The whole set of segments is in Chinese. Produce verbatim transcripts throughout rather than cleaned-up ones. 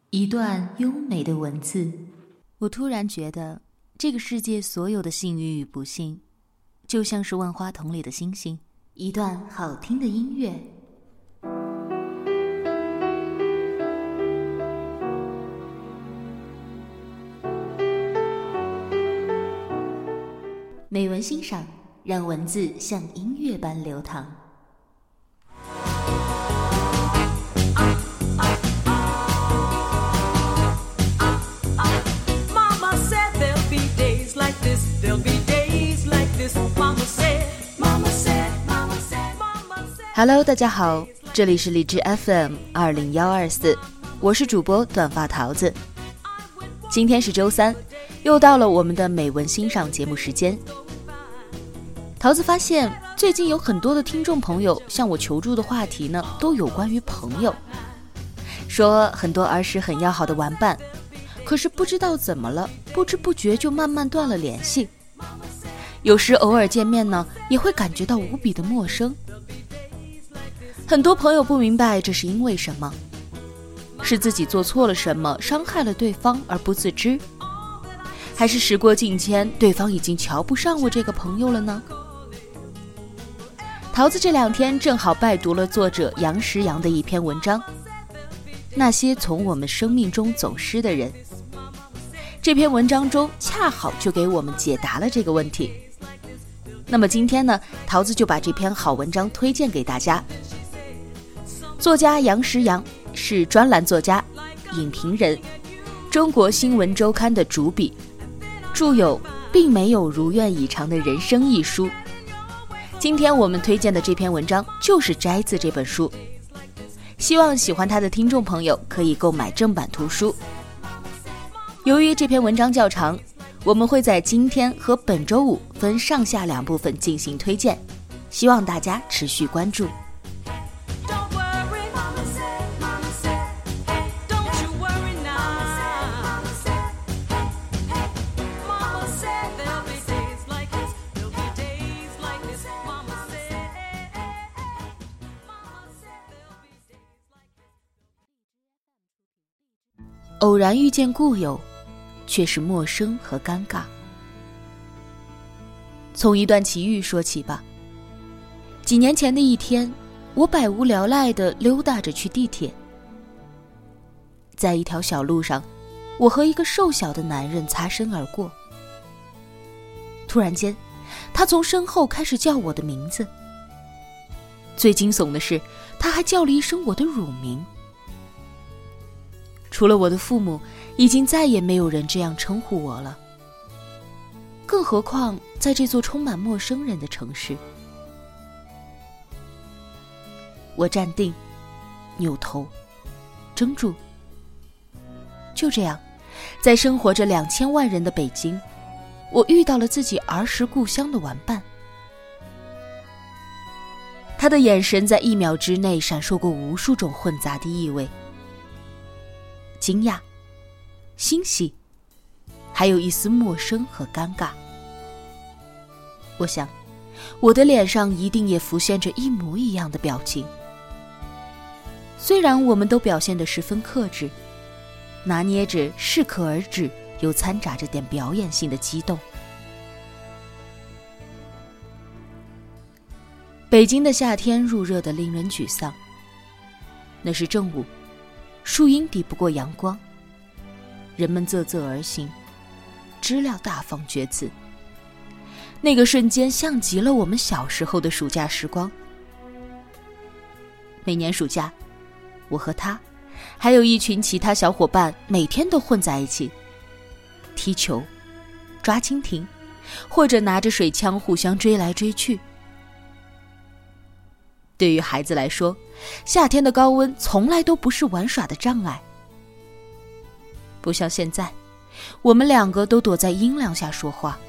一段优美的文字，我突然觉得这个世界所有的幸运与不幸，就像是万花筒里的星星。一段好听的音乐，美文欣赏，让文字像音乐般流淌。Hello， 大家好，这里是荔枝 F M 二零一二四，我是主播短发桃子。今天是周三，又到了我们的美文欣赏节目时间。桃子发现最近有很多的听众朋友向我求助的话题呢，都有关于朋友，说很多儿时很要好的玩伴，可是不知道怎么了，不知不觉就慢慢断了联系。有时偶尔见面呢，也会感觉到无比的陌生。很多朋友不明白这是因为什么，是自己做错了什么，伤害了对方而不自知，还是时过境迁，对方已经瞧不上我这个朋友了呢？桃子这两天正好拜读了作者杨时洋的一篇文章，那些从我们生命中走失的人。这篇文章中恰好就给我们解答了这个问题。那么今天呢，桃子就把这篇好文章推荐给大家。作家杨时洋是专栏作家、影评人，中国新闻周刊的主笔，著有《并没有如愿以偿的人生》一书。今天我们推荐的这篇文章就是摘自这本书，希望喜欢他的听众朋友可以购买正版图书。由于这篇文章较长，我们会在今天和本周五分上下两部分进行推荐，希望大家持续关注。偶然遇见故友，却是陌生和尴尬。从一段奇遇说起吧。几年前的一天，我百无聊赖地溜达着去地铁。在一条小路上，我和一个瘦小的男人擦身而过。突然间，他从身后开始叫我的名字。最惊悚的是，他还叫了一声我的乳名。除了我的父母，已经再也没有人这样称呼我了。更何况在这座充满陌生人的城市。我站定，扭头，怔住。就这样，在生活着两千万人的北京，我遇到了自己儿时故乡的玩伴。他的眼神在一秒之内闪烁过无数种混杂的意味。惊讶、欣喜，还有一丝陌生和尴尬。我想，我的脸上一定也浮现着一模一样的表情。虽然我们都表现得十分克制，拿捏着适可而止，又掺杂着点表演性的激动。北京的夏天入热得令人沮丧。那是正午，树荫抵不过阳光，人们啧啧而行，知了大放厥词。那个瞬间像极了我们小时候的暑假时光。每年暑假，我和他还有一群其他小伙伴每天都混在一起，踢球、抓蜻蜓，或者拿着水枪互相追来追去。对于孩子来说，夏天的高温从来都不是玩耍的障碍。不像现在，我们两个都躲在阴凉下说话。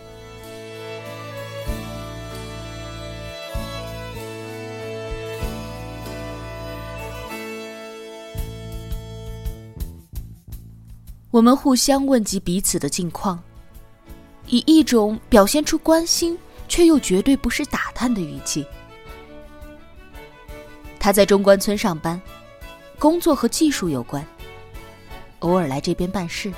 我们互相问及彼此的近况，以一种表现出关心却又绝对不是打探的语气。他在中关村上班，工作和技术有关。 偶尔来这边办事，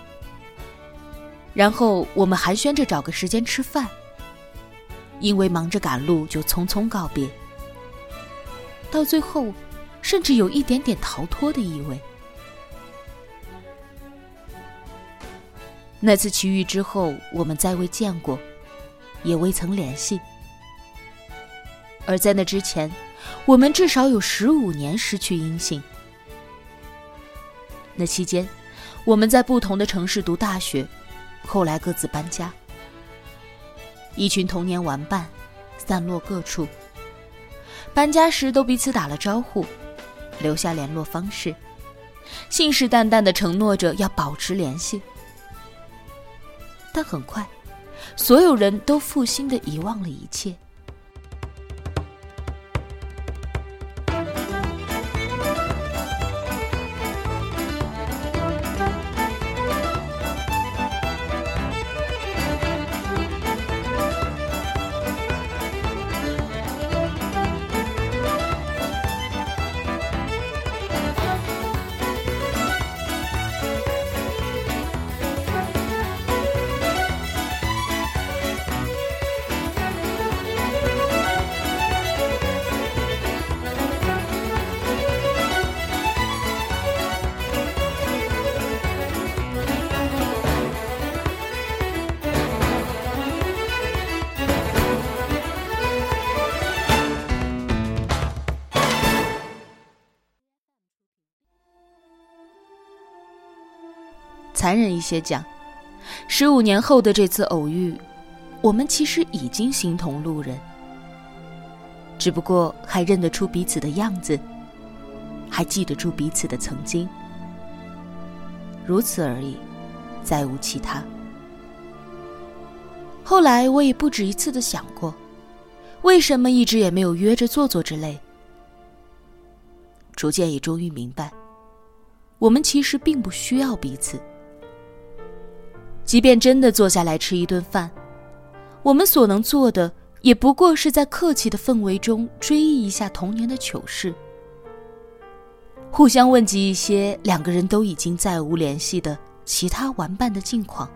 然后我们寒暄着找个时间吃饭，因为忙着赶路就匆匆告别，到最后甚至有一点点逃脱的意味。那次奇遇之后，我们再未见过，也未曾联系。而在那之前，我们至少有十五年失去音信。那期间，我们在不同的城市读大学，后来各自搬家。一群童年玩伴，散落各处。搬家时都彼此打了招呼，留下联络方式，信誓旦旦地承诺着要保持联系。但很快，所有人都负心地遗忘了一切。残忍一些讲，十五年后的这次偶遇，我们其实已经形同路人，只不过还认得出彼此的样子，还记得住彼此的曾经，如此而已，再无其他。后来我也不止一次地想过，为什么一直也没有约着坐坐之类。逐渐也终于明白，我们其实并不需要彼此。即便真的坐下来吃一顿饭，我们所能做的也不过是在客气的氛围中追忆一下童年的糗事，互相问及一些两个人都已经再无联系的其他玩伴的近况，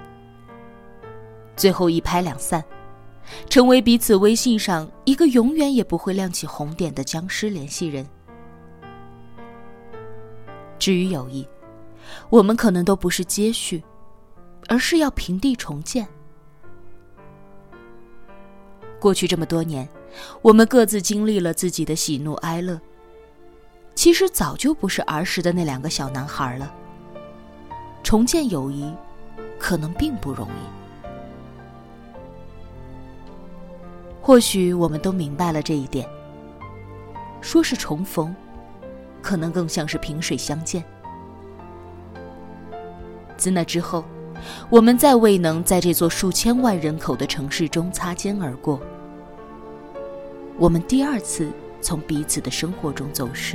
最后一拍两散，成为彼此微信上一个永远也不会亮起红点的僵尸联系人。至于友谊，我们可能都不是接续，而是要平地重建。过去这么多年，我们各自经历了自己的喜怒哀乐，其实早就不是儿时的那两个小男孩了。重建友谊，可能并不容易。或许我们都明白了这一点，说是重逢，可能更像是萍水相见。自那之后，我们再未能在这座数千万人口的城市中擦肩而过。我们第二次从彼此的生活中走失。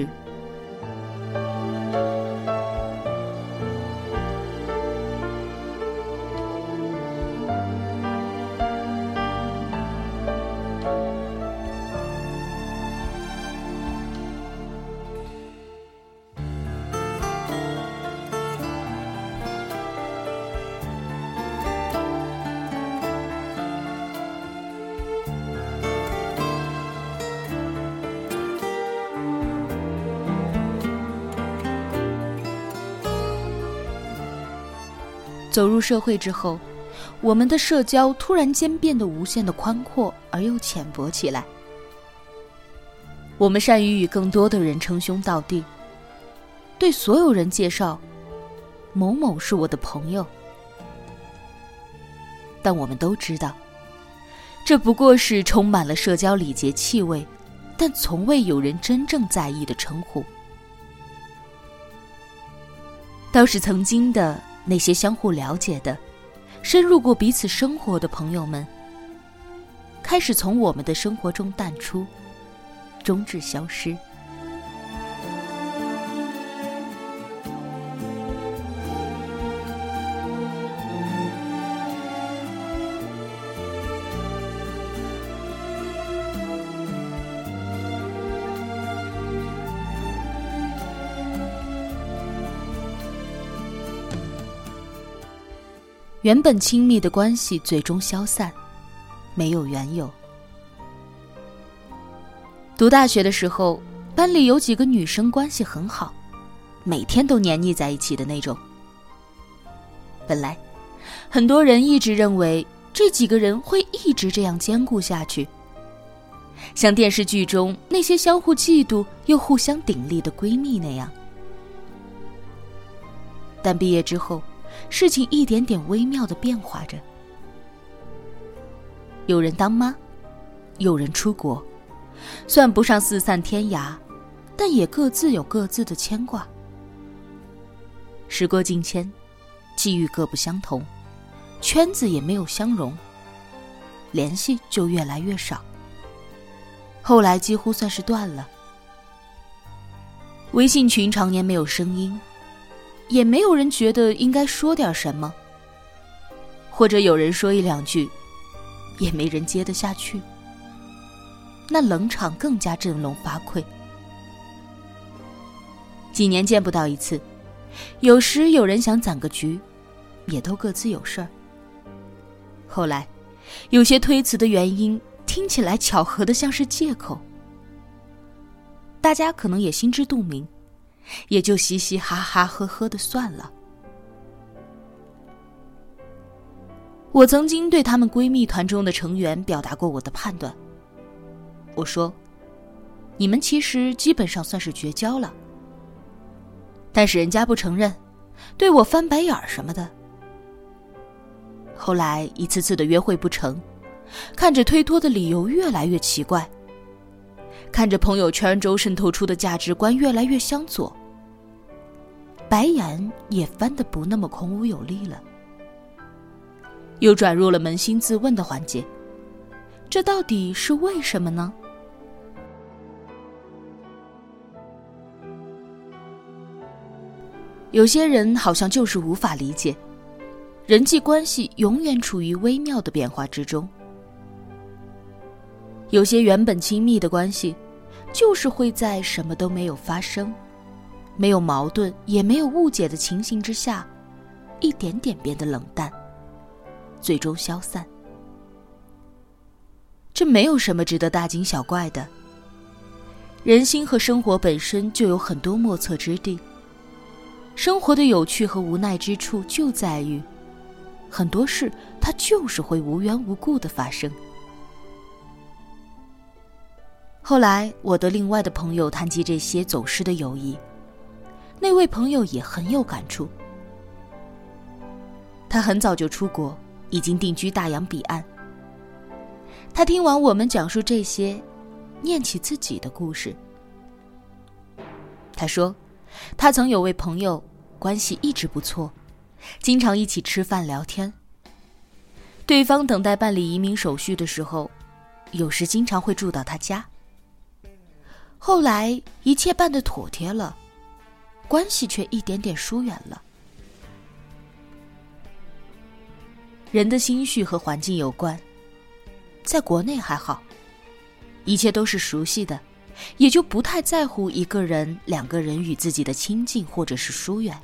走入社会之后，我们的社交突然间变得无限的宽阔而又浅薄起来。我们善于与更多的人称兄道弟，对所有人介绍某某是我的朋友。但我们都知道，这不过是充满了社交礼节气味，但从未有人真正在意的称呼。倒是曾经的那些相互了解的、深入过彼此生活的朋友们，开始从我们的生活中淡出，终至消失。 原本亲密的关系最终消散，没有缘由。读大学的时候，班里有几个女生关系很好，每天都黏腻在一起的那种。本来很多人一直认为这几个人会一直这样坚固下去，像电视剧中那些相互嫉妒又互相鼎立的闺蜜那样。但毕业之后，事情一点点微妙地变化着。有人当妈，有人出国，算不上四散天涯，但也各自有各自的牵挂。时过境迁，际遇各不相同，圈子也没有相容，联系就越来越少，后来几乎算是断了。微信群常年没有声音，也没有人觉得应该说点什么，或者有人说一两句，也没人接得下去，那冷场更加振聋发聩。几年见不到一次，有时有人想攒个局，也都各自有事儿。后来有些推辞的原因听起来巧合的像是借口，大家可能也心知肚明，也就嘻嘻哈哈呵呵的算了。我曾经对她们闺蜜团中的成员表达过我的判断，我说你们其实基本上算是绝交了，但是人家不承认，对我翻白眼儿什么的。后来一次次的约会不成，看着推脱的理由越来越奇怪，看着朋友圈中渗透出的价值观越来越相左，白眼也翻得不那么空无有力了，又转入了扪心自问的环节，这到底是为什么呢？有些人好像就是无法理解，人际关系永远处于微妙的变化之中。有些原本亲密的关系，就是会在什么都没有发生，没有矛盾也没有误解的情形之下，一点点变得冷淡，最终消散。这没有什么值得大惊小怪的，人心和生活本身就有很多莫测之地。生活的有趣和无奈之处就在于，很多事它就是会无缘无故的发生。后来我的另外的朋友谈及这些走失的友谊，那位朋友也很有感触。他很早就出国，已经定居大洋彼岸。他听完我们讲述这些，念起自己的故事。他说他曾有位朋友，关系一直不错，经常一起吃饭聊天。对方等待办理移民手续的时候，有时经常会住到他家。后来一切办得妥帖了，关系却一点点疏远了。人的心绪和环境有关，在国内还好，一切都是熟悉的，也就不太在乎一个人、两个人与自己的亲近或者是疏远。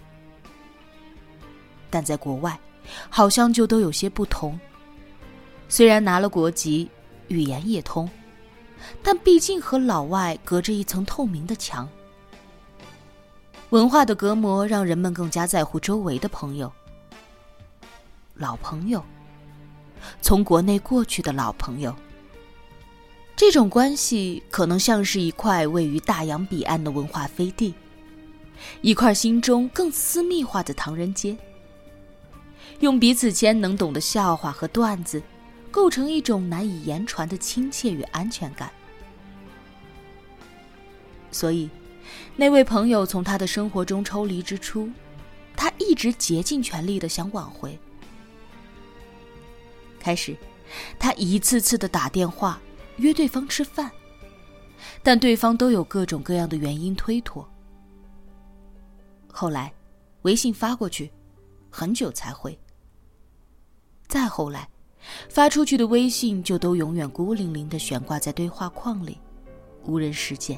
但在国外，好像就都有些不同。虽然拿了国籍，语言也通，但毕竟和老外隔着一层透明的墙。文化的隔膜让人们更加在乎周围的朋友。老朋友，从国内过去的老朋友，这种关系可能像是一块位于大洋彼岸的文化飞地，一块心中更私密化的唐人街，用彼此间能懂的笑话和段子构成一种难以言传的亲切与安全感。所以那位朋友从他的生活中抽离之初，他一直竭尽全力地想挽回。开始他一次次地打电话约对方吃饭，但对方都有各种各样的原因推脱。后来微信发过去，很久才回。再后来发出去的微信就都永远孤零零地悬挂在对话框里，无人实践。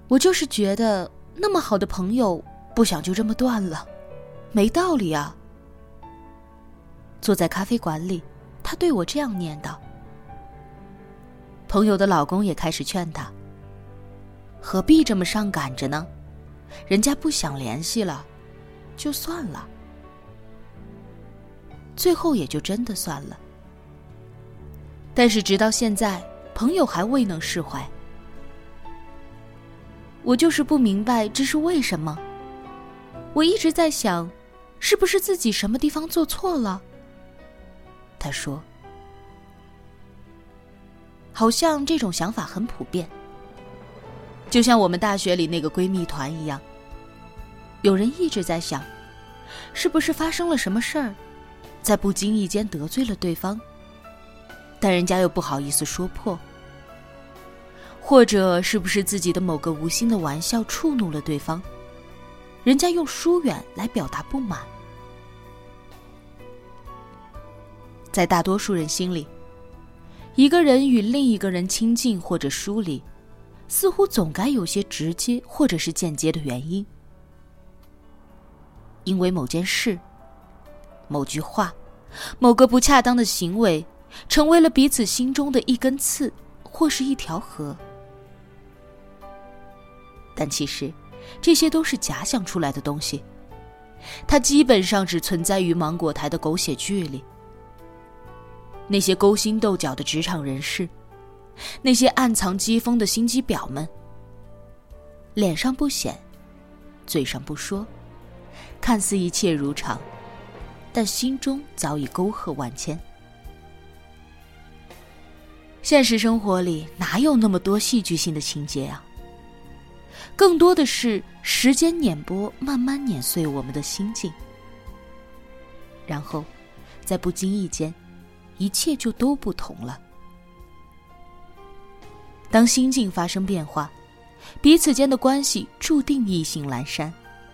我就是觉得那么好的朋友不想就这么断了，没道理啊。坐在咖啡馆里，他对我这样念叨。朋友的老公也开始劝他，何必这么上赶着呢？人家不想联系了，就算了。最后也就真的算了。但是直到现在，朋友还未能释怀。我就是不明白这是为什么。我一直在想，是不是自己什么地方做错了？他说，好像这种想法很普遍，就像我们大学里那个闺蜜团一样，有人一直在想，是不是发生了什么事儿，在不经意间得罪了对方，但人家又不好意思说破，或者是不是自己的某个无心的玩笑触怒了对方，人家用疏远来表达不满。在大多数人心里，一个人与另一个人亲近或者疏离，似乎总该有些直接或者是间接的原因。因为某件事、某句话、某个不恰当的行为，成为了彼此心中的一根刺或是一条河。但其实这些都是假想出来的东西，它基本上只存在于芒果台的狗血剧里。那些勾心斗角的职场人士，那些暗藏讥讽的心机婊们，脸上不显，嘴上不说，看似一切如常，但心中早已沟壑万千。现实生活里哪有那么多戏剧性的情节啊？更多的是时间碾波慢慢碾碎我们的心境，然后在不经意间，一切就都不同了。当心境发生变化，彼此间的关系注定意兴阑珊。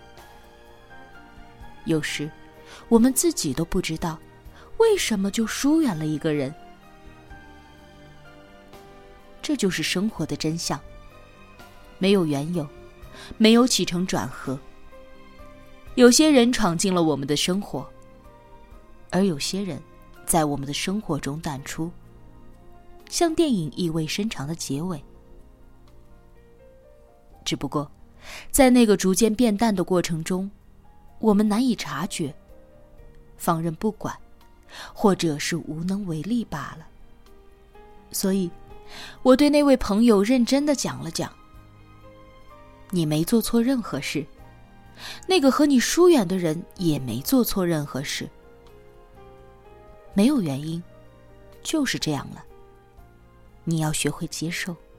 有时我们自己都不知道为什么就疏远了一个人。这就是生活的真相，没有缘由，没有起承转合。有些人闯进了我们的生活，而有些人在我们的生活中淡出，像电影意味深长的结尾。只不过在那个逐渐变淡的过程中，我们难以察觉，放任不管，或者是无能为力罢了。所以我对那位朋友认真地讲了讲，你没做错任何事，那个和你疏远的人也没做错任何事，没有原因，就是这样了，你要学会接受。